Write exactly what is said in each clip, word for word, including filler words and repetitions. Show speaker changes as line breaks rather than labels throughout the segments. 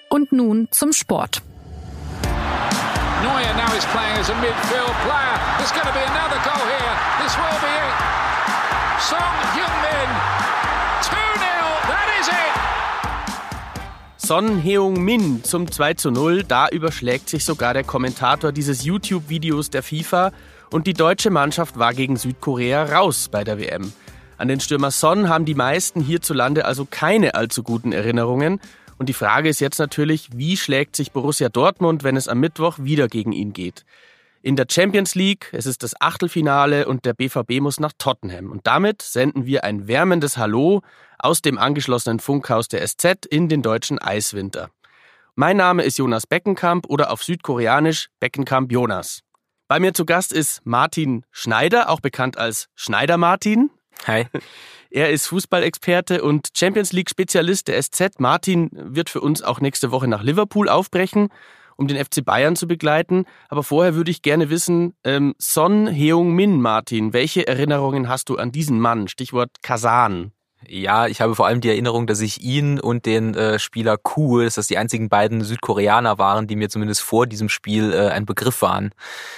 Und nun zum Sport.
Neuer now is playing as a midfield player. There's going to be another goal here. This will be it. Son Heung-min, two nil, that is it.
Son Heung-min zum zwei zu null, da überschlägt sich sogar der Kommentator dieses YouTube-Videos der FIFA und die deutsche Mannschaft war gegen Südkorea raus bei der W M. An den Stürmer Son haben die meisten hierzulande also keine allzu guten Erinnerungen. Und die Frage ist jetzt natürlich, wie schlägt sich Borussia Dortmund, wenn es am Mittwoch wieder gegen ihn geht? In der Champions League, es ist das Achtelfinale und der B V B muss nach Tottenham. Und damit senden wir ein wärmendes Hallo aus dem angeschlossenen Funkhaus der S Z in den deutschen Eiswinter. Mein Name ist Jonas Beckenkamp oder auf Südkoreanisch Beckenkamp Jonas. Bei mir zu Gast ist Martin Schneider, auch bekannt als Schneider Martin.
Hi.
Er ist Fußballexperte und Champions-League-Spezialist der S Z. Martin wird für uns auch nächste Woche nach Liverpool aufbrechen, um den F C Bayern zu begleiten. Aber vorher würde ich gerne wissen, ähm, Son Heung-min, Martin, welche Erinnerungen hast du an diesen Mann? Stichwort Kasan.
Ja, ich habe vor allem die Erinnerung, dass ich ihn und den äh, Spieler Koo, dass das die einzigen beiden Südkoreaner waren, die mir zumindest vor diesem Spiel äh, ein Begriff waren.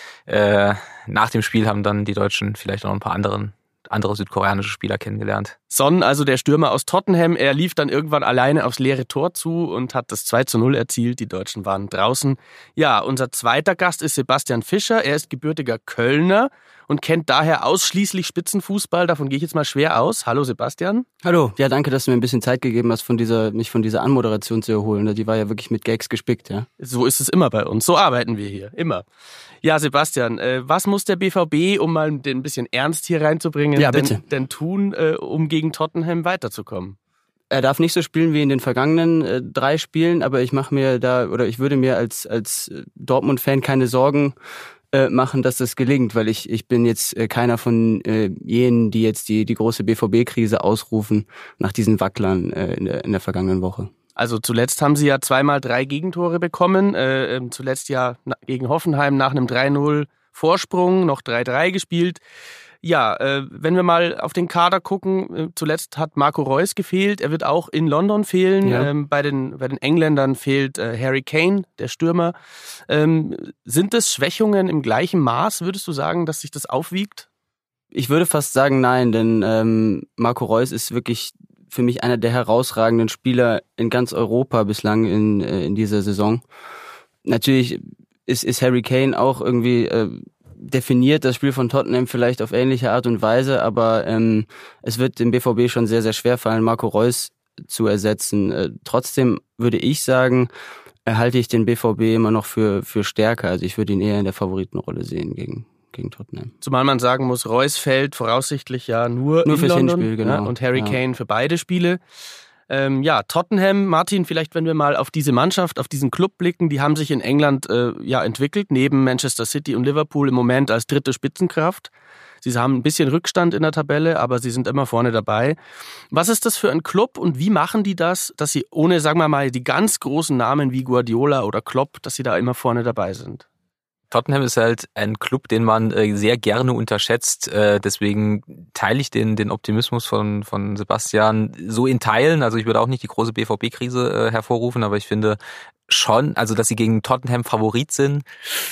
Äh, nach dem Spiel haben dann die Deutschen vielleicht noch ein paar anderen andere südkoreanische Spieler kennengelernt.
Son, also der Stürmer aus Tottenham, er lief dann irgendwann alleine aufs leere Tor zu und hat das zwei zu null erzielt. Die Deutschen waren draußen. Ja, unser zweiter Gast ist Sebastian Fischer. Er ist gebürtiger Kölner und kennt daher ausschließlich Spitzenfußball. Davon gehe ich jetzt mal schwer aus. Hallo Sebastian.
Hallo. Ja, danke, dass du mir ein bisschen Zeit gegeben hast, von dieser, mich von dieser Anmoderation zu erholen. Die war ja wirklich mit Gags gespickt, ja.
So ist es immer bei uns. So arbeiten wir hier. Immer. Ja, Sebastian, äh, was muss der B V B, um mal den ein bisschen Ernst hier reinzubringen,
ja, bitte.
denn, denn tun, äh, um gegen Tottenham weiterzukommen?
Er darf nicht so spielen wie in den vergangenen äh, drei Spielen, aber ich mache mir da, oder ich würde mir als, als Dortmund-Fan keine Sorgen äh, machen, dass das gelingt, weil ich, ich bin jetzt äh, keiner von äh, jenen, die jetzt die, die große B V B-Krise ausrufen nach diesen Wacklern äh, in, der, in der vergangenen Woche.
Also zuletzt haben sie ja zweimal drei Gegentore bekommen, äh, zuletzt ja gegen Hoffenheim nach einem drei null Vorsprung, noch drei drei gespielt. Ja, äh, wenn wir mal auf den Kader gucken, äh, zuletzt hat Marco Reus gefehlt, er wird auch in London fehlen. Ja. Ähm, bei den, bei den Engländern fehlt äh, Harry Kane, der Stürmer. Ähm, sind das Schwächungen im gleichen Maß, würdest du sagen, dass sich das aufwiegt?
Ich würde fast sagen nein, denn ähm, Marco Reus ist wirklich für mich einer der herausragenden Spieler in ganz Europa bislang in, äh, in dieser Saison. Natürlich ist, ist Harry Kane auch irgendwie äh, definiert das Spiel von Tottenham vielleicht auf ähnliche Art und Weise, aber ähm, es wird dem B V B schon sehr, sehr schwer fallen, Marco Reus zu ersetzen. Äh, trotzdem würde ich sagen, halte ich den B V B immer noch für, für stärker. Also ich würde ihn eher in der Favoritenrolle sehen gegen gegen Tottenham.
Zumal man sagen muss, Reus fällt voraussichtlich ja nur,
nur
in
fürs
London,
Hinspiel, genau.
Ja, und Harry
ja.
Kane für beide Spiele. Ähm, ja, Tottenham, Martin, vielleicht wenn wir mal auf diese Mannschaft, auf diesen Club blicken, die haben sich in England äh, ja entwickelt, neben Manchester City und Liverpool im Moment als dritte Spitzenkraft. Sie haben ein bisschen Rückstand in der Tabelle, aber sie sind immer vorne dabei. Was ist das für ein Club und wie machen die das, dass sie ohne, sagen wir mal, die ganz großen Namen wie Guardiola oder Klopp, dass sie da immer vorne dabei sind?
Tottenham ist halt ein Club, den man äh, sehr gerne unterschätzt. Äh, deswegen teile ich den, den Optimismus von, von Sebastian so in Teilen. Also ich würde auch nicht die große B V B-Krise äh, hervorrufen, aber ich finde schon, also dass sie gegen Tottenham Favorit sind,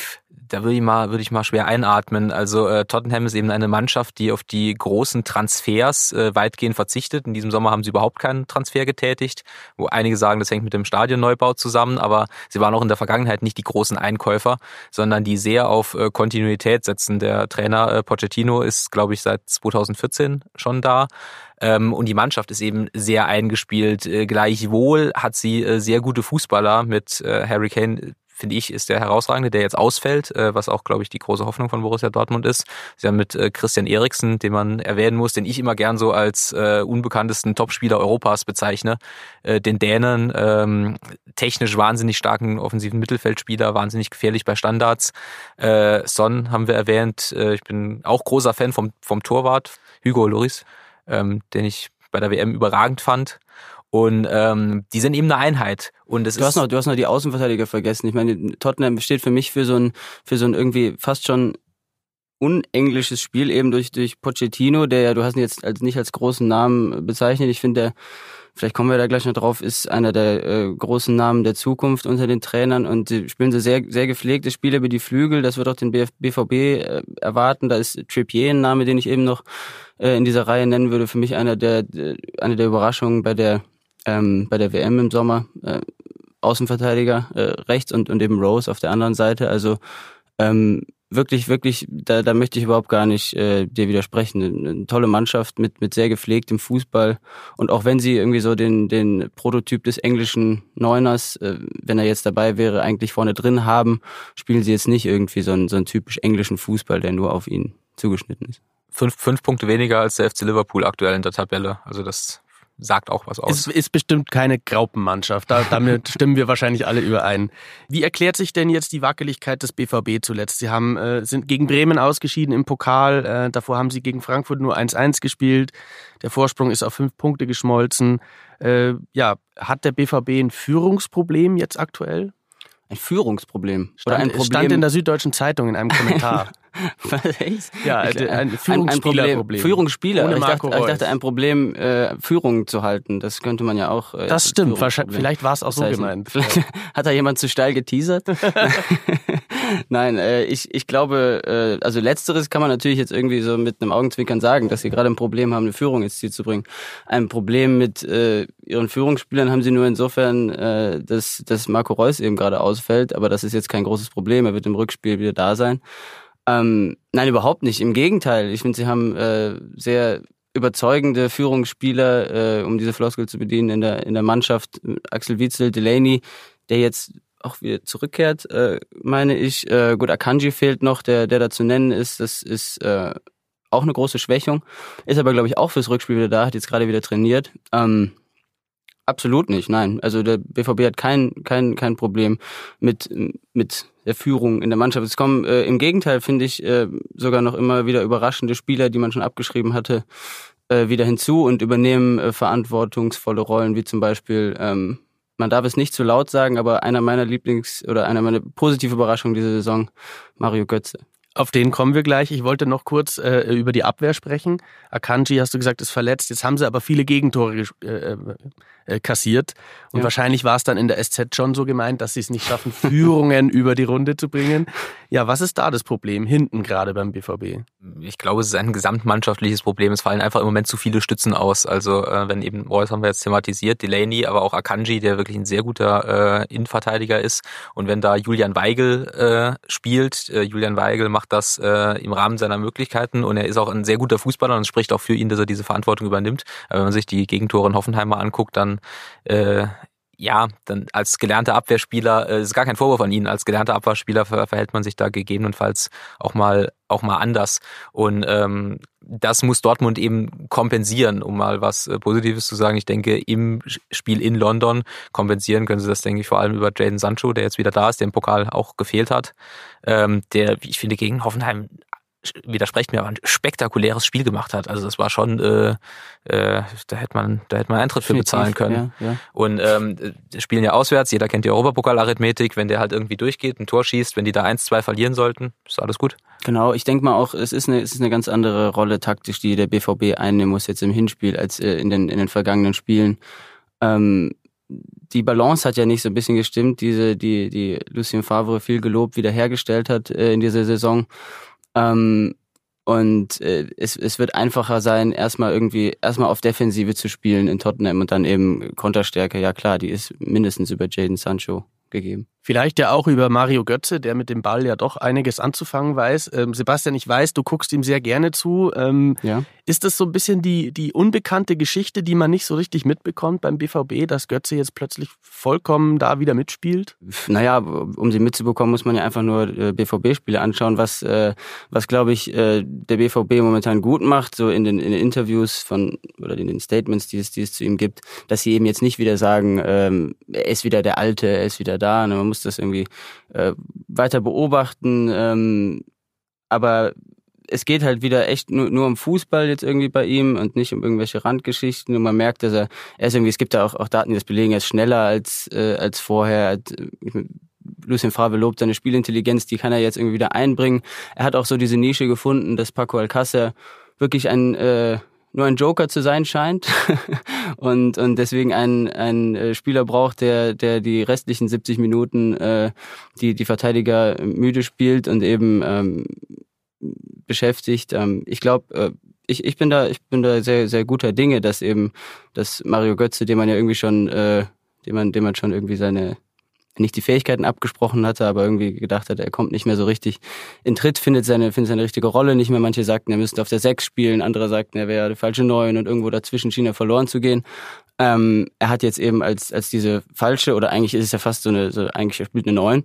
da würde ich mal, würde ich mal schwer einatmen. Also äh, Tottenham ist eben eine Mannschaft, die auf die großen Transfers äh, weitgehend verzichtet. In diesem Sommer haben sie überhaupt keinen Transfer getätigt, wo einige sagen, das hängt mit dem Stadionneubau zusammen, aber sie waren auch in der Vergangenheit nicht die großen Einkäufer, sondern die sehr auf äh, Kontinuität setzen. Der Trainer äh, Pochettino ist, glaube ich, seit zwanzig vierzehn schon da. Ähm, und die Mannschaft ist eben sehr eingespielt. Äh, gleichwohl hat sie äh, sehr gute Fußballer mit äh, Harry Kane, finde ich, ist der herausragende, der jetzt ausfällt, was auch, glaube ich, die große Hoffnung von Borussia Dortmund ist. Sie haben mit Christian Eriksen, den man erwähnen muss, den ich immer gern so als äh, unbekanntesten Topspieler Europas bezeichne, äh, den Dänen, ähm, technisch wahnsinnig starken offensiven Mittelfeldspieler, wahnsinnig gefährlich bei Standards. Äh, Son haben wir erwähnt, äh, ich bin auch großer Fan vom, vom Torwart, Hugo Lloris, ähm, den ich bei der W M überragend fand. Und ähm, die sind eben eine Einheit. Und es
du, hast
ist
noch, du hast noch die Außenverteidiger vergessen. Ich meine, Tottenham steht für mich für so ein, für so ein irgendwie fast schon unenglisches Spiel, eben durch, durch Pochettino, der ja, du hast ihn jetzt als, nicht als großen Namen bezeichnet. Ich finde, der vielleicht kommen wir da gleich noch drauf, ist einer der äh, großen Namen der Zukunft unter den Trainern und die spielen so sehr sehr gepflegte Spiele über die Flügel, das wird auch den B V B äh, erwarten. Da ist Trippier ein Name, den ich eben noch äh, in dieser Reihe nennen würde, für mich einer der, der eine der Überraschungen bei der ähm, bei der W M im Sommer. Äh, Außenverteidiger äh, rechts und und eben Rose auf der anderen Seite, also ähm, wirklich, wirklich, da, da möchte ich überhaupt gar nicht äh, dir widersprechen. Eine, eine tolle Mannschaft mit mit sehr gepflegtem Fußball und auch wenn sie irgendwie so den den Prototyp des englischen Neuners, äh, wenn er jetzt dabei wäre, eigentlich vorne drin haben, spielen sie jetzt nicht irgendwie so einen, so einen typisch englischen Fußball, der nur auf ihn zugeschnitten ist.
Fünf, fünf Punkte weniger als der F C Liverpool aktuell in der Tabelle, also das sagt auch was aus.
Es ist bestimmt keine Graupenmannschaft, da, damit stimmen wir wahrscheinlich alle überein. Wie erklärt sich denn jetzt die Wackeligkeit des B V B zuletzt? Sie haben äh, sind gegen Bremen ausgeschieden im Pokal, äh, davor haben sie gegen Frankfurt nur eins eins gespielt, der Vorsprung ist auf fünf Punkte geschmolzen. Äh, ja, hat der B V B ein Führungsproblem jetzt aktuell?
Ein Führungsproblem?
Stand,
Oder ein Problem?
Stand in der Süddeutschen Zeitung in einem Kommentar.
Was, echt?
Ja, ein Führungsspielerproblem.
Führungsspieler.
Ohne
ich,
Marco
dachte, ich
Reus.
dachte, ein Problem, äh, Führung zu halten. Das könnte man ja auch. Äh,
Das stimmt.
Führungsproblem
Vielleicht war es auch so
bezeichnen.
gemeint.
Vielleicht hat da jemand zu steil geteasert? Nein, äh, ich, ich glaube, äh, also Letzteres kann man natürlich jetzt irgendwie so mit einem Augenzwinkern sagen, dass sie gerade ein Problem haben, eine Führung ins Ziel zu bringen. Ein Problem mit äh, ihren Führungsspielern haben sie nur insofern, äh, dass, dass Marco Reus eben gerade ausfällt, aber das ist jetzt kein großes Problem. Er wird im Rückspiel wieder da sein. Ähm, nein, überhaupt nicht. Im Gegenteil. Ich finde, sie haben äh, sehr überzeugende Führungsspieler, äh, um diese Floskel zu bedienen, in der in der Mannschaft. Axel Witsel, Delaney, der jetzt auch wieder zurückkehrt, äh, meine ich. Äh, gut, Akanji fehlt noch, der der da zu nennen ist. Das ist äh, auch eine große Schwächung. Ist aber, glaube ich, auch fürs Rückspiel wieder da, hat jetzt gerade wieder trainiert. Ähm, absolut nicht, nein. Also der B V B hat kein kein kein Problem mit mit der Führung in der Mannschaft. Es kommen äh, im Gegenteil, finde ich, äh, sogar noch immer wieder überraschende Spieler, die man schon abgeschrieben hatte, äh, wieder hinzu und übernehmen äh, verantwortungsvolle Rollen, wie zum Beispiel, ähm, man darf es nicht zu laut sagen, aber einer meiner Lieblings- oder einer meiner positiven Überraschungen dieser Saison, Mario Götze.
Auf den kommen wir gleich. Ich wollte noch kurz äh, über die Abwehr sprechen. Akanji, hast du gesagt, ist verletzt. Jetzt haben sie aber viele Gegentore äh, äh, kassiert. Und
ja.
wahrscheinlich war es dann in der S Z schon so gemeint, dass sie es nicht schaffen, Führungen über die Runde zu bringen. Ja, was ist da das Problem hinten gerade beim B V B?
Ich glaube, es ist ein gesamtmannschaftliches Problem. Es fallen einfach im Moment zu viele Stützen aus. Also äh, wenn eben, Reus haben wir jetzt thematisiert, Delaney, aber auch Akanji, der wirklich ein sehr guter äh, Innenverteidiger ist. Und wenn da Julian Weigl äh, spielt, äh, Julian Weigl macht das äh, im Rahmen seiner Möglichkeiten und er ist auch ein sehr guter Fußballer und es spricht auch für ihn, dass er diese Verantwortung übernimmt. Aber wenn man sich die Gegentore in Hoffenheim mal anguckt, dann äh, ja, dann als gelernter Abwehrspieler, äh, ist gar kein Vorwurf an ihn, als gelernter Abwehrspieler ver- verhält man sich da gegebenenfalls auch mal auch mal anders. Und ähm, das muss Dortmund eben kompensieren, um mal was äh, Positives zu sagen. Ich denke, im Spiel in London kompensieren können sie das, denke ich, vor allem über Jadon Sancho, der jetzt wieder da ist, der im Pokal auch gefehlt hat. Ähm, der, wie ich finde, gegen Hoffenheim widersprecht mir, aber ein spektakuläres Spiel gemacht hat. Also das war schon, äh, äh, da hätte man, da hätte man Eintritt für bezahlen können.
Ja, ja.
Und ähm, die spielen ja auswärts, jeder kennt die Europapokal-Arithmetik, wenn der halt irgendwie durchgeht, ein Tor schießt, wenn die da eins, zwei verlieren sollten, ist alles gut.
Genau, ich denke mal auch, es ist eine, es ist eine ganz andere Rolle taktisch, die der B V B einnehmen muss jetzt im Hinspiel als äh, in den in den vergangenen Spielen. Ähm, die Balance hat ja nicht so ein bisschen gestimmt, diese die die Lucien Favre viel gelobt wiederhergestellt hat äh, in dieser Saison. Ähm, und äh, es, es wird einfacher sein, erstmal irgendwie erstmal auf Defensive zu spielen in Tottenham und dann eben Konterstärke. Ja klar, die ist mindestens über Jadon Sancho gegeben.
Vielleicht ja auch über Mario Götze, der mit dem Ball ja doch einiges anzufangen weiß. Ähm, Sebastian, ich weiß, du guckst ihm sehr gerne zu. Ähm,
ja.
Ist das so ein bisschen die, die unbekannte Geschichte, die man nicht so richtig mitbekommt beim B V B, dass Götze jetzt plötzlich vollkommen da wieder mitspielt?
Naja, um sie mitzubekommen, muss man ja einfach nur äh, B V B-Spiele anschauen, was, äh, was glaube ich, äh, der B V B momentan gut macht, so in den, in den Interviews von oder in den Statements, die es, die es zu ihm gibt, dass sie eben jetzt nicht wieder sagen, ähm, er ist wieder der Alte, er ist wieder da, ne? Man muss das irgendwie äh, weiter beobachten, ähm, aber es geht halt wieder echt nur, nur um Fußball jetzt irgendwie bei ihm und nicht um irgendwelche Randgeschichten und man merkt, dass er, er ist irgendwie, es gibt da auch, auch Daten, die das belegen, er ist schneller als, äh, als vorher. Lucien Favre lobt seine Spielintelligenz, die kann er jetzt irgendwie wieder einbringen. Er hat auch so diese Nische gefunden, dass Paco Alcácer wirklich ein, äh, nur ein Joker zu sein scheint und und deswegen einen einen Spieler braucht, der der die restlichen siebzig Minuten äh, die die Verteidiger müde spielt und eben ähm, beschäftigt. Ähm, ich glaube, äh, ich ich bin da ich bin da sehr sehr guter Dinge, dass eben dass Mario Götze, dem man ja irgendwie schon äh, dem man dem man schon irgendwie seine nicht die Fähigkeiten abgesprochen hatte, aber irgendwie gedacht hat, er kommt nicht mehr so richtig in Tritt, findet seine, findet seine richtige Rolle nicht mehr. Manche sagten, er müsste auf der sechs spielen, andere sagten, er wäre der falsche Neun und irgendwo dazwischen schien er verloren zu gehen. Ähm, er hat jetzt eben als als diese falsche, oder eigentlich ist es ja fast so eine, so eigentlich er spielt eine Neun,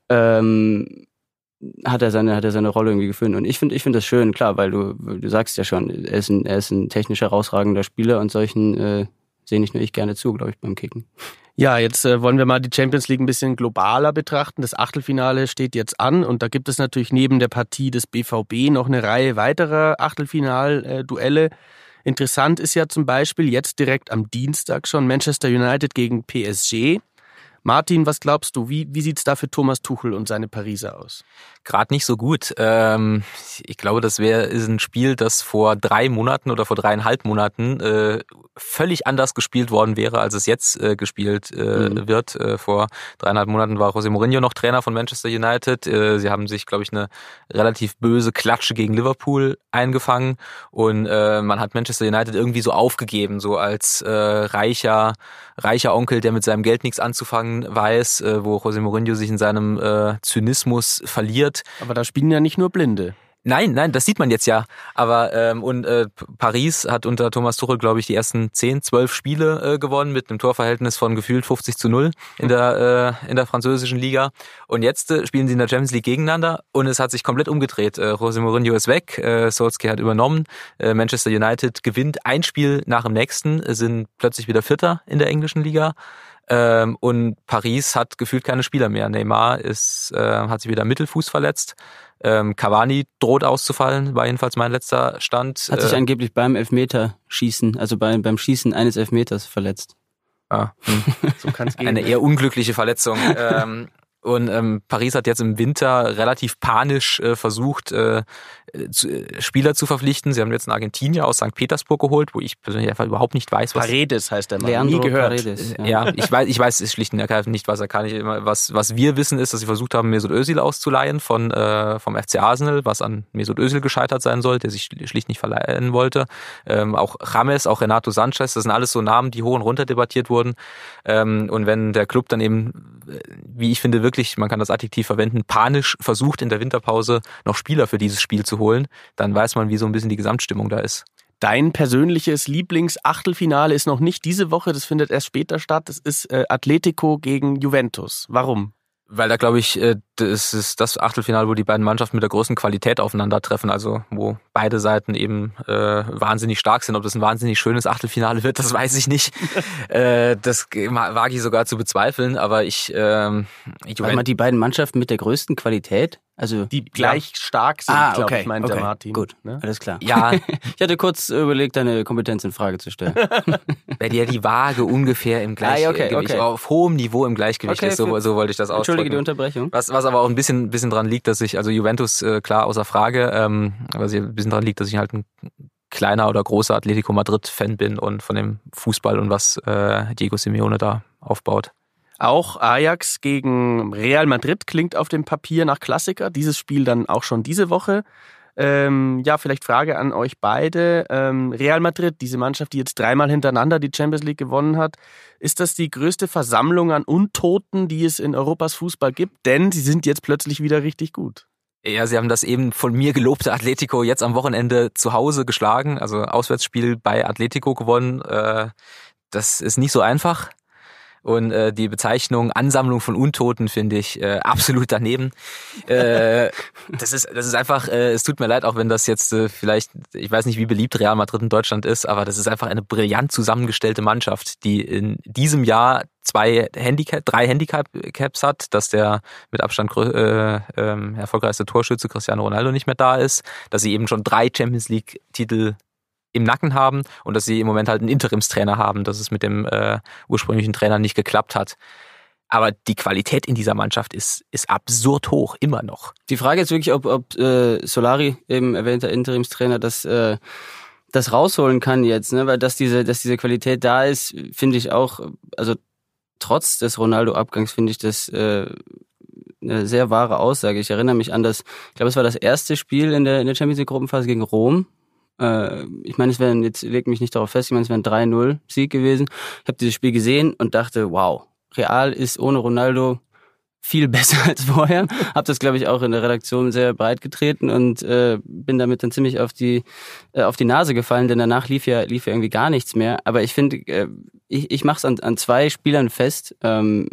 ähm, hat er seine, hat er seine Rolle irgendwie gefunden. Und ich finde, ich finde das schön, klar, weil du, du sagst ja schon, er ist ein, er ist ein technisch herausragender Spieler und solchen äh, sehe nicht nur ich gerne zu, glaube ich, beim Kicken.
Ja, jetzt äh, wollen wir mal die Champions League ein bisschen globaler betrachten. Das Achtelfinale steht jetzt an und da gibt es natürlich neben der Partie des B V B noch eine Reihe weiterer Achtelfinal-Duelle. Interessant ist ja zum Beispiel jetzt direkt am Dienstag schon Manchester United gegen P S G. Martin, was glaubst du, wie, wie sieht's da für Thomas Tuchel und seine Pariser aus?
Gerade nicht so gut. Ähm, ich glaube, das wäre ist ein Spiel, das vor drei Monaten oder vor dreieinhalb Monaten äh, völlig anders gespielt worden wäre, als es jetzt äh, gespielt äh, mhm. wird. Äh, vor dreieinhalb Monaten war José Mourinho noch Trainer von Manchester United. Äh, sie haben sich, glaube ich, eine relativ böse Klatsche gegen Liverpool eingefangen und äh, man hat Manchester United irgendwie so aufgegeben, so als äh, reicher reicher Onkel, der mit seinem Geld nichts anzufangen weiß, äh, wo José Mourinho sich in seinem äh, Zynismus verliert.
Aber da spielen ja nicht nur Blinde.
Nein, nein, das sieht man jetzt ja. Aber ähm, und äh, Paris hat unter Thomas Tuchel, glaube ich, die ersten zehn, zwölf Spiele äh, gewonnen mit einem Torverhältnis von gefühlt fünfzig zu null in der äh, in der französischen Liga. Und jetzt äh, spielen sie in der Champions League gegeneinander und es hat sich komplett umgedreht. Äh, José Mourinho ist weg, äh, Solskjaer hat übernommen, äh, Manchester United gewinnt ein Spiel nach dem nächsten, sind plötzlich wieder Vierter in der englischen Liga. Ähm, und Paris hat gefühlt keine Spieler mehr. Neymar ist, äh, hat sich wieder am Mittelfuß verletzt. Ähm, Cavani droht auszufallen, war jedenfalls mein letzter Stand.
Hat sich äh, angeblich beim Elfmeterschießen, also beim, beim Schießen eines Elfmeters verletzt.
Ah, hm.
So kann's gehen.
Eine eher unglückliche Verletzung. ähm, Und ähm, Paris hat jetzt im Winter relativ panisch äh, versucht, äh, zu, äh, Spieler zu verpflichten. Sie haben jetzt einen Argentinier aus Sankt Petersburg geholt, wo ich persönlich einfach überhaupt nicht weiß, was...
Paredes heißt der Mann,
Leandro
nie gehört.
Paredes,
ja. ja, ich weiß, ich weiß es schlicht und ergreifend nicht, was er kann. Ich immer, was, was wir wissen, ist, dass sie versucht haben, Mesut Özil auszuleihen von äh, vom F C Arsenal, was an Mesut Özil gescheitert sein soll, der sich schlicht nicht verleihen wollte. Ähm, auch James, auch Renato Sanchez, das sind alles so Namen, die hoch und runter debattiert wurden. Ähm, und wenn der Club dann eben, wie ich finde, wirklich, man kann das Adjektiv verwenden, panisch versucht in der Winterpause noch Spieler für dieses Spiel zu holen, dann weiß man, wie so ein bisschen die Gesamtstimmung da ist.
Dein persönliches Lieblingsachtelfinale ist noch nicht diese Woche, das findet erst später statt. Das ist äh, Atletico gegen Juventus. Warum?
Weil da, glaube ich, das ist das Achtelfinale, wo die beiden Mannschaften mit der größten Qualität aufeinandertreffen, also wo beide Seiten eben äh, wahnsinnig stark sind. Ob das ein wahnsinnig schönes Achtelfinale wird, das weiß ich nicht. äh, das wage ich sogar zu bezweifeln, aber ich... Ähm, ich
Warte mal, die beiden Mannschaften mit der größten Qualität? Also
die gleich ja. stark sind,
ah,
glaube
okay,
ich, meint
okay,
der Martin.
Gut,
ne?
Alles klar.
Ja.
Ich hatte kurz überlegt, deine Kompetenz in Frage zu stellen.
Bei der die Waage ungefähr im Gleichgewicht,
ah, okay, okay.
auf hohem Niveau im Gleichgewicht
okay,
ist, so, so wollte ich das ausdrücken.
Entschuldige die Unterbrechung.
Was, was aber auch ein bisschen, bisschen dran liegt, dass ich, also Juventus, äh, klar, außer Frage, ähm, was ein bisschen dran liegt, dass ich halt ein kleiner oder großer Atletico Madrid-Fan bin und von dem Fußball und was äh, Diego Simeone da aufbaut.
Auch Ajax gegen Real Madrid klingt auf dem Papier nach Klassiker. Dieses Spiel dann auch schon diese Woche. Ähm, ja, vielleicht Frage an euch beide. Ähm, Real Madrid, diese Mannschaft, die jetzt dreimal hintereinander die Champions League gewonnen hat, ist das die größte Versammlung an Untoten, die es in Europas Fußball gibt? Denn sie sind jetzt plötzlich wieder richtig gut.
Ja, sie haben das eben von mir gelobte Atletico jetzt am Wochenende zu Hause geschlagen. Also Auswärtsspiel bei Atletico gewonnen. Äh, das ist nicht so einfach. Und äh, die Bezeichnung Ansammlung von Untoten finde ich äh, absolut daneben. äh, das ist das ist einfach, äh, es tut mir leid, auch wenn das jetzt äh, vielleicht, ich weiß nicht, wie beliebt Real Madrid in Deutschland ist, aber das ist einfach eine brillant zusammengestellte Mannschaft, die in diesem Jahr zwei Handicap, drei Handicaps hat, dass der mit Abstand äh, äh, erfolgreichste Torschütze Cristiano Ronaldo nicht mehr da ist, dass sie eben schon drei Champions League Titel im Nacken haben und dass sie im Moment halt einen Interimstrainer haben, dass es mit dem äh, ursprünglichen Trainer nicht geklappt hat. Aber die Qualität in dieser Mannschaft ist ist absurd hoch, immer noch.
Die Frage ist wirklich, ob, ob äh, Solari, eben erwähnter Interimstrainer, das, äh, das rausholen kann jetzt, ne, weil dass diese, dass diese Qualität da ist, finde ich auch, also trotz des Ronaldo-Abgangs finde ich das äh, eine sehr wahre Aussage. Ich erinnere mich an das, ich glaube, es war das erste Spiel in der, in der Champions League Gruppenphase gegen Rom. Äh, ich meine, es wären, jetzt leg mich nicht darauf fest, ich meine, es wäre ein drei null Sieg gewesen. Ich habe dieses Spiel gesehen und dachte, wow, Real ist ohne Ronaldo viel besser als vorher. Hab das, glaube ich, auch in der Redaktion sehr breit getreten und äh, bin damit dann ziemlich auf die äh, auf die Nase gefallen, denn danach lief ja lief ja irgendwie gar nichts mehr. Aber ich finde, äh, ich, ich mache es an, an zwei Spielern fest, ähm,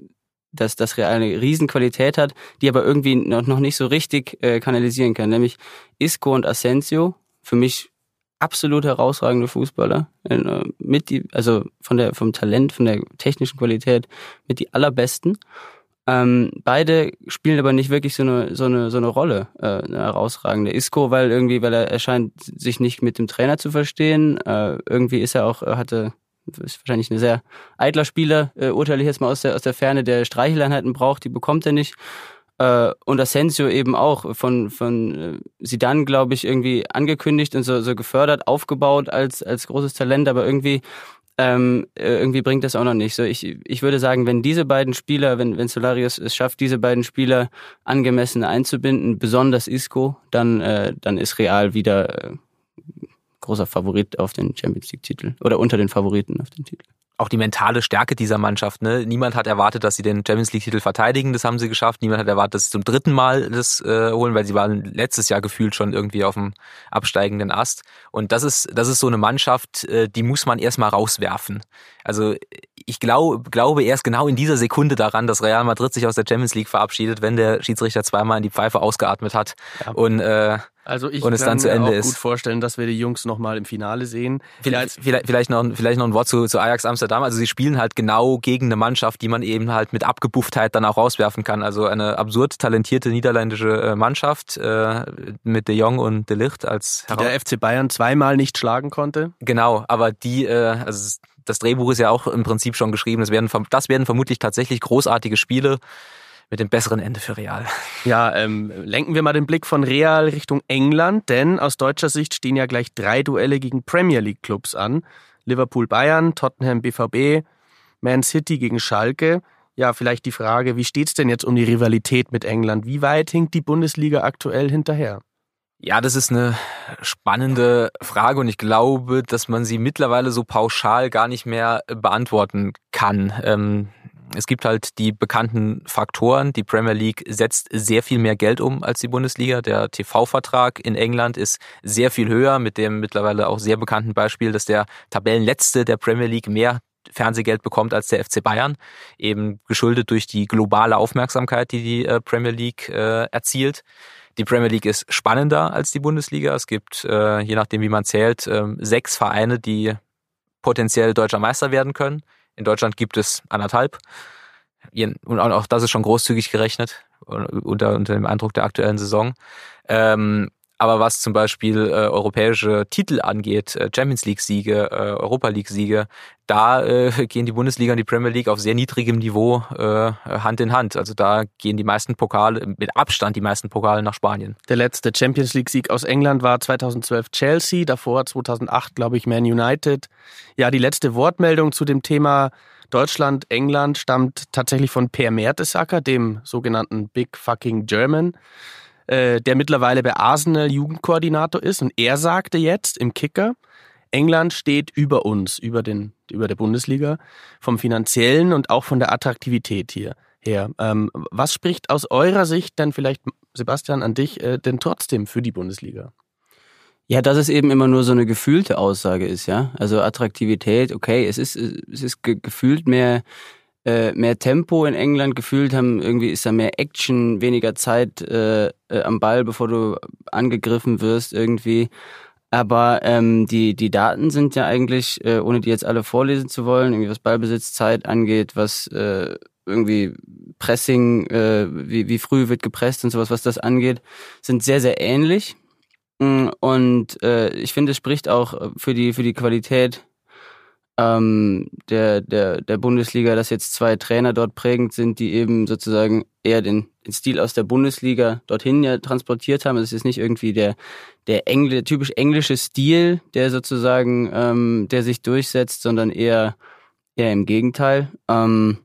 dass das Real eine Riesenqualität hat, die aber irgendwie noch, noch nicht so richtig äh, kanalisieren kann. Nämlich Isco und Asensio, für mich absolut herausragende Fußballer, äh, mit die, also von der vom Talent, von der technischen Qualität mit die allerbesten. Ähm, beide spielen aber nicht wirklich so eine so eine so eine Rolle, äh, eine herausragende. Isco, weil irgendwie, weil er erscheint sich nicht mit dem Trainer zu verstehen. Äh, irgendwie ist er auch hatte ist wahrscheinlich ein sehr eitler Spieler, äh, urteile ich jetzt mal aus der aus der Ferne, der Streicheleinheiten braucht, die bekommt er nicht. Äh, und Asensio eben auch von von Zidane, glaube ich, irgendwie angekündigt und so so gefördert, aufgebaut als als großes Talent, aber irgendwie ähm, irgendwie bringt das auch noch nicht. So ich ich würde sagen, wenn diese beiden Spieler, wenn wenn Solarius es schafft, diese beiden Spieler angemessen einzubinden, besonders Isco, dann äh, dann ist Real wieder äh, großer Favorit auf den Champions League Titel oder unter den Favoriten auf den Titel.
Auch die mentale Stärke dieser Mannschaft, ne? Niemand hat erwartet, dass sie den Champions League Titel verteidigen, das haben sie geschafft. Niemand hat erwartet, dass sie zum dritten Mal das äh, holen, weil sie waren letztes Jahr gefühlt schon irgendwie auf dem absteigenden Ast. Und das ist das ist so eine Mannschaft, äh, die muss man erstmal rauswerfen. Also ich glaub, glaube erst genau in dieser Sekunde daran, dass Real Madrid sich aus der Champions League verabschiedet, wenn der Schiedsrichter zweimal in die Pfeife ausgeatmet hat. Ja. Und äh,
Also ich
und es
kann
dann zu
mir
Ende
auch
ist.
gut vorstellen, dass wir die Jungs nochmal im Finale sehen.
Vielleicht, vielleicht, vielleicht, noch, vielleicht noch ein Wort zu, zu Ajax Amsterdam. Also sie spielen halt genau gegen eine Mannschaft, die man eben halt mit Abgebufftheit dann auch rauswerfen kann. Also eine absurd talentierte niederländische Mannschaft äh, mit De Jong und De Ligt als
die der F C Bayern zweimal nicht schlagen konnte.
Genau, aber die, äh, also das Drehbuch ist ja auch im Prinzip schon geschrieben. Das werden, das werden vermutlich tatsächlich großartige Spiele. Mit dem besseren Ende für Real.
Ja, ähm, lenken wir mal den Blick von Real Richtung England, denn aus deutscher Sicht stehen ja gleich drei Duelle gegen Premier League Clubs an. Liverpool Bayern, Tottenham B V B, Man City gegen Schalke. Ja, vielleicht die Frage, wie steht's denn jetzt um die Rivalität mit England? Wie weit hinkt die Bundesliga aktuell hinterher?
Ja, das ist eine spannende Frage und ich glaube, dass man sie mittlerweile so pauschal gar nicht mehr beantworten kann. Ähm, Es gibt halt die bekannten Faktoren. Die Premier League setzt sehr viel mehr Geld um als die Bundesliga. Der T V-Vertrag in England ist sehr viel höher, mit dem mittlerweile auch sehr bekannten Beispiel, dass der Tabellenletzte der Premier League mehr Fernsehgeld bekommt als der F C Bayern, eben geschuldet durch die globale Aufmerksamkeit, die die Premier League äh, erzielt. Die Premier League ist spannender als die Bundesliga. Es gibt, äh, je nachdem wie man zählt, äh, sechs Vereine, die potenziell deutscher Meister werden können. In Deutschland gibt es anderthalb. Und auch das ist schon großzügig gerechnet, unter, unter dem Eindruck der aktuellen Saison. Ähm, aber was zum Beispiel äh, europäische Titel angeht, äh, Champions League-Siege, äh, Europa League-Siege, da äh, gehen die Bundesliga und die Premier League auf sehr niedrigem Niveau äh, Hand in Hand. Also da gehen die meisten Pokale, mit Abstand die meisten Pokale nach Spanien.
Der letzte Champions League-Sieg aus England war zweitausendzwölf Chelsea, davor zweitausendacht, glaube ich, Man United. Ja, die letzte Wortmeldung zu dem Thema Deutschland, England stammt tatsächlich von Per Mertesacker, dem sogenannten Big Fucking German, der mittlerweile bei Arsenal Jugendkoordinator ist. Und er sagte jetzt im Kicker, England steht über uns, über den, über der Bundesliga, vom Finanziellen und auch von der Attraktivität hier her. Ähm, was spricht aus eurer Sicht denn vielleicht, Sebastian, an dich, äh, denn trotzdem für die Bundesliga?
Ja, dass es eben immer nur so eine gefühlte Aussage ist, ja. Also Attraktivität, okay, es ist, es ist ge- gefühlt mehr, Äh, mehr Tempo in England, gefühlt haben, irgendwie ist da mehr Action, weniger Zeit äh, äh, am Ball, bevor du angegriffen wirst irgendwie. Aber ähm, die die Daten sind ja eigentlich, äh, ohne die jetzt alle vorlesen zu wollen, irgendwie was Ballbesitzzeit angeht, was äh, irgendwie Pressing, äh, wie wie früh wird gepresst und sowas, was das angeht, sind sehr, sehr ähnlich. Und äh, ich finde, es spricht auch für die für die Qualität ähm, der, der, der Bundesliga, dass jetzt zwei Trainer dort prägend sind, die eben sozusagen eher den, den Stil aus der Bundesliga dorthin ja transportiert haben. Es ist nicht irgendwie der, der Engl- typisch englische Stil, der sozusagen, ähm, der sich durchsetzt, sondern eher, eher im Gegenteil. Ähm,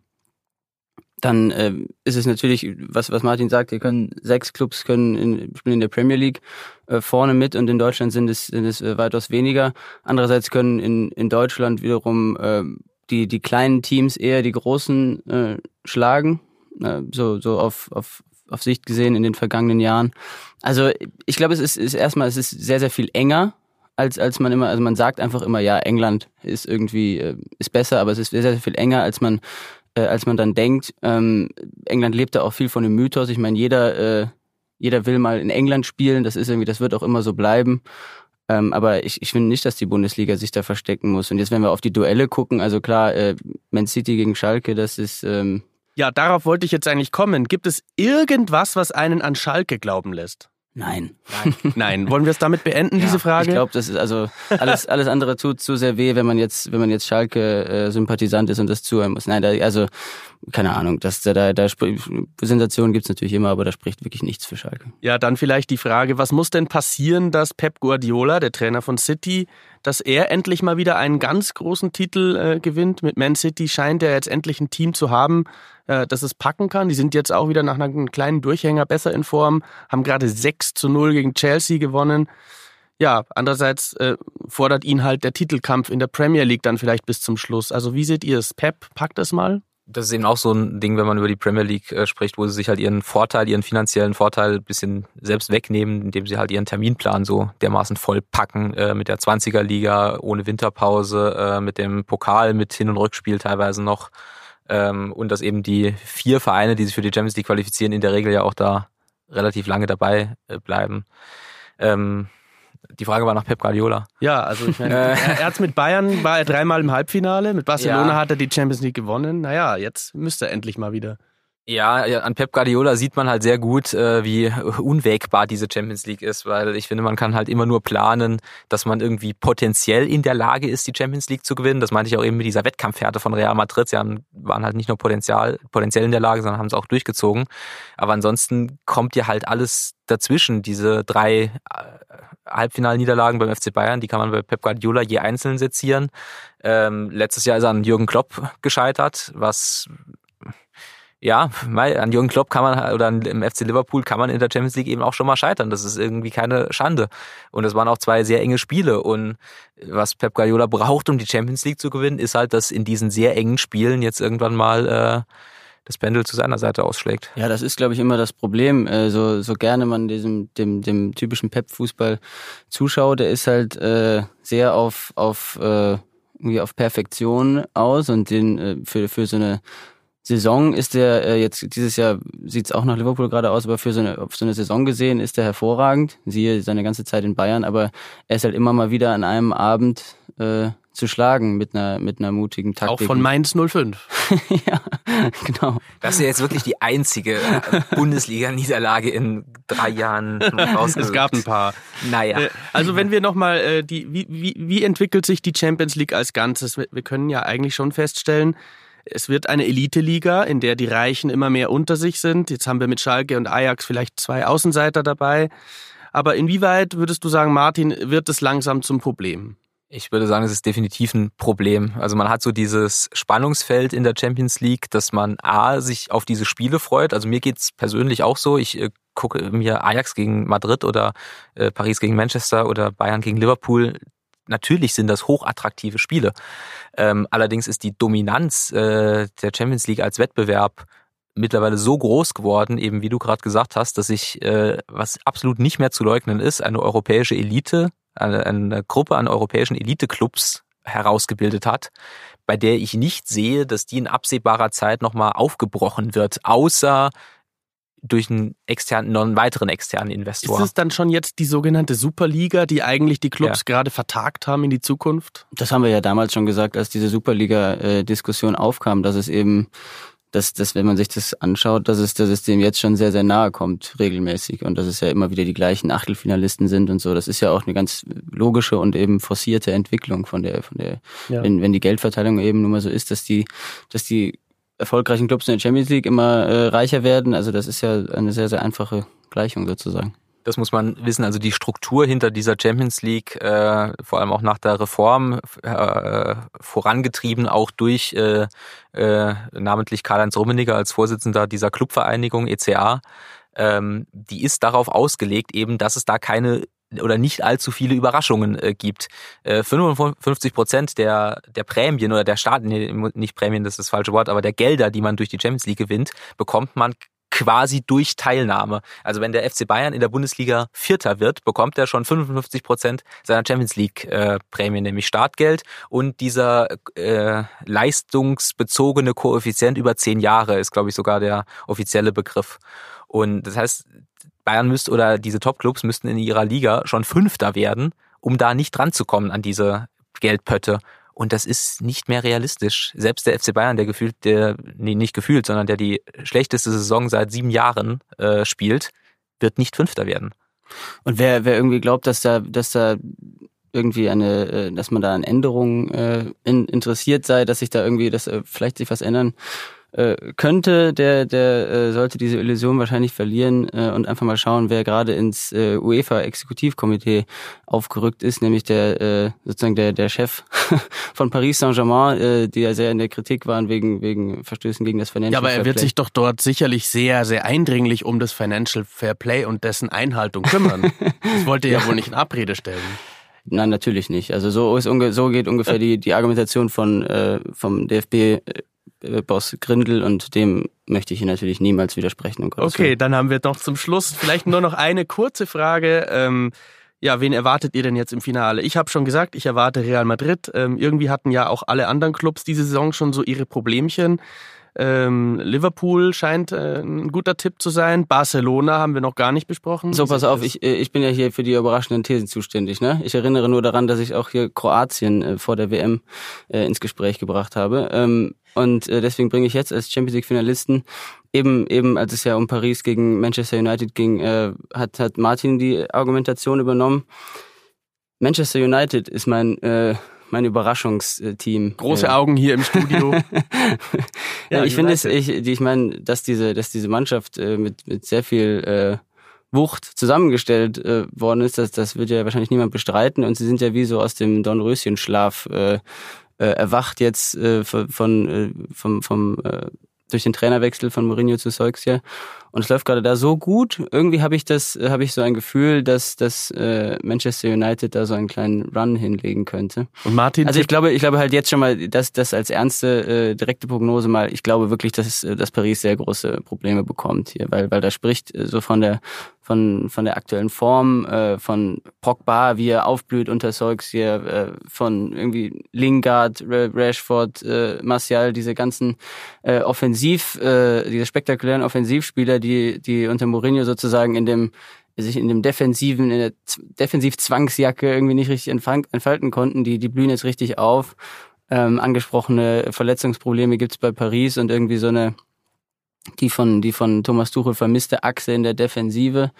Dann äh, ist es natürlich, was was Martin sagt, wir können sechs Clubs können in, spielen in der Premier League äh, vorne mit und in Deutschland sind es sind es äh, weitaus weniger. Andererseits können in in Deutschland wiederum äh, die die kleinen Teams eher die großen äh, schlagen, äh, so so auf auf auf Sicht gesehen in den vergangenen Jahren. Also ich glaube, es ist ist erstmal es ist sehr sehr viel enger als als man immer, also man sagt einfach immer, ja, England ist irgendwie äh, ist besser, aber es ist sehr sehr viel enger, als man als man dann denkt. Ähm, England lebt da auch viel von dem Mythos. Ich meine, jeder, äh, jeder will mal in England spielen. Das ist irgendwie, das wird auch immer so bleiben. Ähm, aber ich, ich finde nicht, dass die Bundesliga sich da verstecken muss. Und jetzt, wenn wir auf die Duelle gucken, also klar, äh, Man City gegen Schalke, das ist... Ähm
ja, darauf wollte ich jetzt eigentlich kommen. Gibt es irgendwas, was einen an Schalke glauben lässt?
Nein.
Nein. Nein. Wollen wir es damit beenden,
ja,
diese Frage?
Ich glaube, das ist also alles alles andere tut zu sehr weh, wenn man jetzt wenn man jetzt Schalke äh, Sympathisant ist und das zuhören muss. Nein, da, also keine Ahnung, das da da Sensationen gibt's natürlich immer, aber da spricht wirklich nichts für Schalke.
Ja, dann vielleicht die Frage, was muss denn passieren, dass Pep Guardiola, der Trainer von City, dass er endlich mal wieder einen ganz großen Titel äh, gewinnt? Mit Man City scheint er jetzt endlich ein Team zu haben, äh, das es packen kann. Die sind jetzt auch wieder nach einem kleinen Durchhänger besser in Form, haben gerade sechs zu null gegen Chelsea gewonnen. Ja, andererseits äh, fordert ihn halt der Titelkampf in der Premier League dann vielleicht bis zum Schluss. Also wie seht ihr es? Pep, packt es mal?
Das ist eben auch so ein Ding, wenn man über die Premier League äh, spricht, wo sie sich halt ihren Vorteil, ihren finanziellen Vorteil ein bisschen selbst wegnehmen, indem sie halt ihren Terminplan so dermaßen voll packen, äh, mit der zwanziger-Liga ohne Winterpause, äh, mit dem Pokal mit Hin- und Rückspiel teilweise noch, ähm, und dass eben die vier Vereine, die sich für die Champions League qualifizieren, in der Regel ja auch da relativ lange dabei äh, bleiben. Ähm, Die Frage war nach Pep Guardiola.
Ja, also ich meine, er, er hat's mit Bayern, war er dreimal im Halbfinale, mit Barcelona ja. hat er die Champions League gewonnen. Naja, jetzt müsste er endlich mal wieder.
Ja, an Pep Guardiola sieht man halt sehr gut, wie unwägbar diese Champions League ist, weil ich finde, man kann halt immer nur planen, dass man irgendwie potenziell in der Lage ist, die Champions League zu gewinnen. Das meinte ich auch eben mit dieser Wettkampfhärte von Real Madrid. Sie haben, waren halt nicht nur potenziell, potenziell in der Lage, sondern haben es auch durchgezogen. Aber ansonsten kommt ja halt alles dazwischen. Diese drei Halbfinalniederlagen beim F C Bayern, die kann man bei Pep Guardiola je einzeln sezieren. Ähm, letztes Jahr ist er an Jürgen Klopp gescheitert, was... Ja, an Jürgen Klopp kann man, oder im F C Liverpool kann man in der Champions League eben auch schon mal scheitern. Das ist irgendwie keine Schande. Und es waren auch zwei sehr enge Spiele. Und was Pep Guardiola braucht, um die Champions League zu gewinnen, ist halt, dass in diesen sehr engen Spielen jetzt irgendwann mal äh, das Pendel zu seiner Seite ausschlägt.
Ja, das ist, glaube ich, immer das Problem. Äh, so, so gerne man diesem, dem, dem typischen Pep-Fußball zuschaut, der ist halt äh, sehr auf, auf, äh, irgendwie auf Perfektion aus und den äh, für, für so eine Saison ist der äh, jetzt, dieses Jahr sieht's auch nach Liverpool gerade aus, aber für so eine, auf so eine Saison gesehen ist der hervorragend. Siehe seine ganze Zeit in Bayern, aber er ist halt immer mal wieder an einem Abend äh, zu schlagen mit einer, mit einer mutigen Taktik.
Auch von Mainz null fünf.
Ja, genau.
Das ist ja jetzt wirklich die einzige Bundesliga-Niederlage in drei Jahren rausgesucht.
Es gab ein paar.
Naja.
Also wenn wir nochmal, äh, die, wie, wie, wie entwickelt sich die Champions League als Ganzes? Wir können ja eigentlich schon feststellen, es wird eine Elite-Liga, in der die Reichen immer mehr unter sich sind. Jetzt haben wir mit Schalke und Ajax vielleicht zwei Außenseiter dabei. Aber inwieweit würdest du sagen, Martin, wird es langsam zum Problem?
Ich würde sagen, es ist definitiv ein Problem. Also man hat so dieses Spannungsfeld in der Champions League, dass man A, sich auf diese Spiele freut. Also mir geht's persönlich auch so. Ich äh, gucke mir Ajax gegen Madrid oder äh, Paris gegen Manchester oder Bayern gegen Liverpool. Natürlich sind das hochattraktive Spiele. Ähm, allerdings ist die Dominanz äh, der Champions League als Wettbewerb mittlerweile so groß geworden, eben wie du gerade gesagt hast, dass sich, äh, was absolut nicht mehr zu leugnen ist, eine europäische Elite, eine, eine Gruppe an europäischen Elite-Clubs herausgebildet hat, bei der ich nicht sehe, dass die in absehbarer Zeit nochmal aufgebrochen wird, außer durch einen externen, noch einen weiteren externen Investor.
Ist es dann schon jetzt die sogenannte Superliga, die eigentlich die Clubs
ja.
gerade vertagt haben in die Zukunft?
Das haben wir ja damals schon gesagt, als diese Superliga-Diskussion aufkam, dass es eben dass, dass wenn man sich das anschaut, dass es, dass es dem jetzt schon sehr, sehr nahe kommt, regelmäßig. Und dass es ja immer wieder die gleichen Achtelfinalisten sind und so. Das ist ja auch eine ganz logische und eben forcierte Entwicklung von der, von der, ja. wenn, wenn die Geldverteilung eben nun mal so ist, dass die, dass die erfolgreichen Clubs in der Champions League immer äh, reicher werden. Also das ist ja eine sehr, sehr einfache Gleichung sozusagen.
Das muss man wissen, also die Struktur hinter dieser Champions League, äh, vor allem auch nach der Reform, äh, vorangetrieben auch durch äh, äh, namentlich Karl-Heinz Rummenigge als Vorsitzender dieser Clubvereinigung E C A, ähm, die ist darauf ausgelegt eben, dass es da keine oder nicht allzu viele Überraschungen äh, gibt. Äh, fünfundfünfzig Prozent der der Prämien oder der Start, nee, nicht Prämien, das ist das falsche Wort, aber der Gelder, die man durch die Champions League gewinnt, bekommt man quasi durch Teilnahme. Also wenn der F C Bayern in der Bundesliga Vierter wird, bekommt er schon fünfundfünfzig Prozent seiner Champions League äh, Prämie, nämlich Startgeld und dieser äh, leistungsbezogene Koeffizient über zehn Jahre ist, glaube ich, sogar der offizielle Begriff. Und das heißt, Bayern müsste oder diese Topclubs müssten in ihrer Liga schon Fünfter werden, um da nicht dran zu kommen an diese Geldpötte. Und das ist nicht mehr realistisch. Selbst der F C Bayern, der gefühlt, der, nee, nicht gefühlt, sondern der die schlechteste Saison seit sieben Jahren äh, spielt, wird nicht Fünfter werden.
Und wer, wer irgendwie glaubt, dass da, dass da irgendwie eine, dass man da an Änderungen äh, in, interessiert sei, dass sich da irgendwie, dass äh, vielleicht sich was ändern äh, könnte, der, der äh, sollte diese Illusion wahrscheinlich verlieren äh, und einfach mal schauen, wer gerade ins äh, UEFA-Exekutivkomitee aufgerückt ist, nämlich der äh, sozusagen der der Chef von Paris Saint-Germain, äh, die ja sehr in der Kritik waren wegen wegen Verstößen gegen das Financial Fair Play.
Ja, aber er wird sich doch dort sicherlich sehr, sehr eindringlich um das Financial Fair Play und dessen Einhaltung kümmern. Das wollte er ja wohl nicht in Abrede stellen.
Nein, natürlich nicht. Also so ist unge- so geht ungefähr die die Argumentation von äh, vom D F B äh, Boss Grindel und dem möchte ich hier natürlich niemals widersprechen. Um
okay, dann haben wir noch zum Schluss vielleicht nur noch eine kurze Frage. Ähm, ja, wen erwartet ihr denn jetzt im Finale? Ich habe schon gesagt, ich erwarte Real Madrid. Ähm, irgendwie hatten ja auch alle anderen Clubs diese Saison schon so ihre Problemchen. Ähm, Liverpool scheint äh, ein guter Tipp zu sein. Barcelona haben wir noch gar nicht besprochen.
So, pass auf, ich, ich bin ja hier für die überraschenden Thesen zuständig. Ne? Ich erinnere nur daran, dass ich auch hier Kroatien äh, vor der W M äh, ins Gespräch gebracht habe. Ähm, und äh, deswegen bringe ich jetzt als Champions League-Finalisten, eben, eben als es ja um Paris gegen Manchester United ging, äh, hat, hat Martin die Argumentation übernommen. Manchester United ist mein... Äh, mein Überraschungsteam.
Große ja. Augen hier im Studio.
ja, ich finde es, ich, ich meine, dass diese, dass diese Mannschaft äh, mit, mit sehr viel äh, Wucht zusammengestellt äh, worden ist, das, das wird ja wahrscheinlich niemand bestreiten und sie sind ja wie so aus dem Dornröschenschlaf äh, äh, erwacht jetzt äh, von, äh, vom, vom, äh, durch den Trainerwechsel von Mourinho zu Solskjaer. Und es läuft gerade da so gut. Irgendwie habe ich das, habe ich so ein Gefühl, dass, dass äh, Manchester United da so einen kleinen Run hinlegen könnte.
Und Martin?
Also ich glaube, ich glaube halt jetzt schon mal, dass das als ernste äh, direkte Prognose mal. Ich glaube wirklich, dass dass Paris sehr große Probleme bekommt hier, weil weil da spricht äh, so von der von von der aktuellen Form, äh, von Pogba, wie er aufblüht unter Solskjaer, äh, von irgendwie Lingard, Rashford, äh, Martial, diese ganzen äh, Offensiv, äh, diese spektakulären Offensivspieler, die die unter Mourinho sozusagen in dem sich in dem defensiven in der Defensiv-Zwangsjacke irgendwie nicht richtig entfalten konnten, die die blühen jetzt richtig auf. Ähm, angesprochene Verletzungsprobleme gibt's bei Paris und irgendwie so eine die von die von Thomas Tuchel vermisste Achse in der Defensive.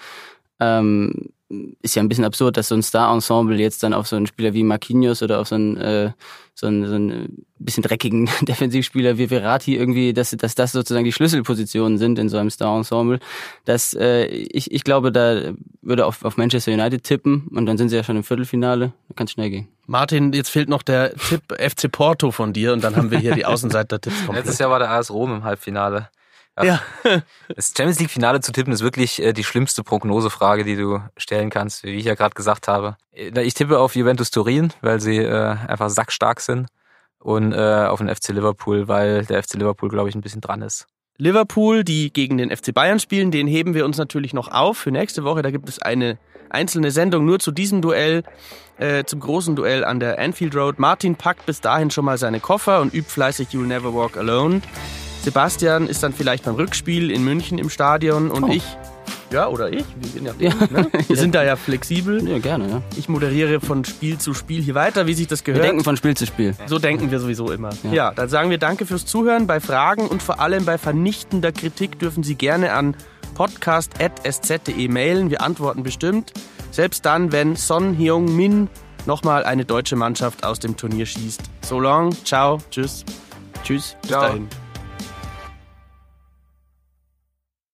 Ähm, ist ja ein bisschen absurd, dass so ein Star-Ensemble jetzt dann auf so einen Spieler wie Marquinhos oder auf so einen, äh, so einen, so einen bisschen dreckigen Defensivspieler wie Verratti irgendwie, dass, dass das sozusagen die Schlüsselpositionen sind in so einem Star-Ensemble. Das, äh, ich, ich glaube, da würde auf, auf Manchester United tippen und dann sind sie ja schon im Viertelfinale. Da kann es schnell gehen.
Martin, jetzt fehlt noch der Tipp F C Porto von dir und dann haben wir hier die Außenseiter-Tipps komplett.
Letztes Jahr war der A S Rom im Halbfinale.
Ja.
Das Champions League Finale zu tippen ist wirklich äh, die schlimmste Prognosefrage, die du stellen kannst, wie ich ja gerade gesagt habe. Ich tippe auf Juventus Turin, weil sie äh, einfach sackstark sind und äh, auf den F C Liverpool, weil der F C Liverpool, glaube ich, ein bisschen dran ist.
Liverpool, die gegen den F C Bayern spielen, den heben wir uns natürlich noch auf für nächste Woche. Da gibt es eine einzelne Sendung nur zu diesem Duell, äh, zum großen Duell an der Anfield Road. Martin packt bis dahin schon mal seine Koffer und übt fleißig You'll Never Walk Alone. Sebastian ist dann vielleicht beim Rückspiel in München im Stadion und
oh.
ich Ja, oder ich. Wir, ja,
Ja.
ne? Wir sind da ja flexibel.
Ja, gerne, ja.
Ich moderiere von Spiel zu Spiel hier weiter, wie sich das gehört.
Wir denken von Spiel zu Spiel.
So denken wir sowieso immer. Ja.
Ja.
Dann sagen wir danke fürs Zuhören. Bei Fragen und vor allem bei vernichtender Kritik dürfen Sie gerne an podcast at s z punkt d e mailen. Wir antworten bestimmt. Selbst dann, wenn Son Heung-min nochmal eine deutsche Mannschaft aus dem Turnier schießt. So long, ciao, tschüss.
Tschüss.
Bis
Ciao.
dahin.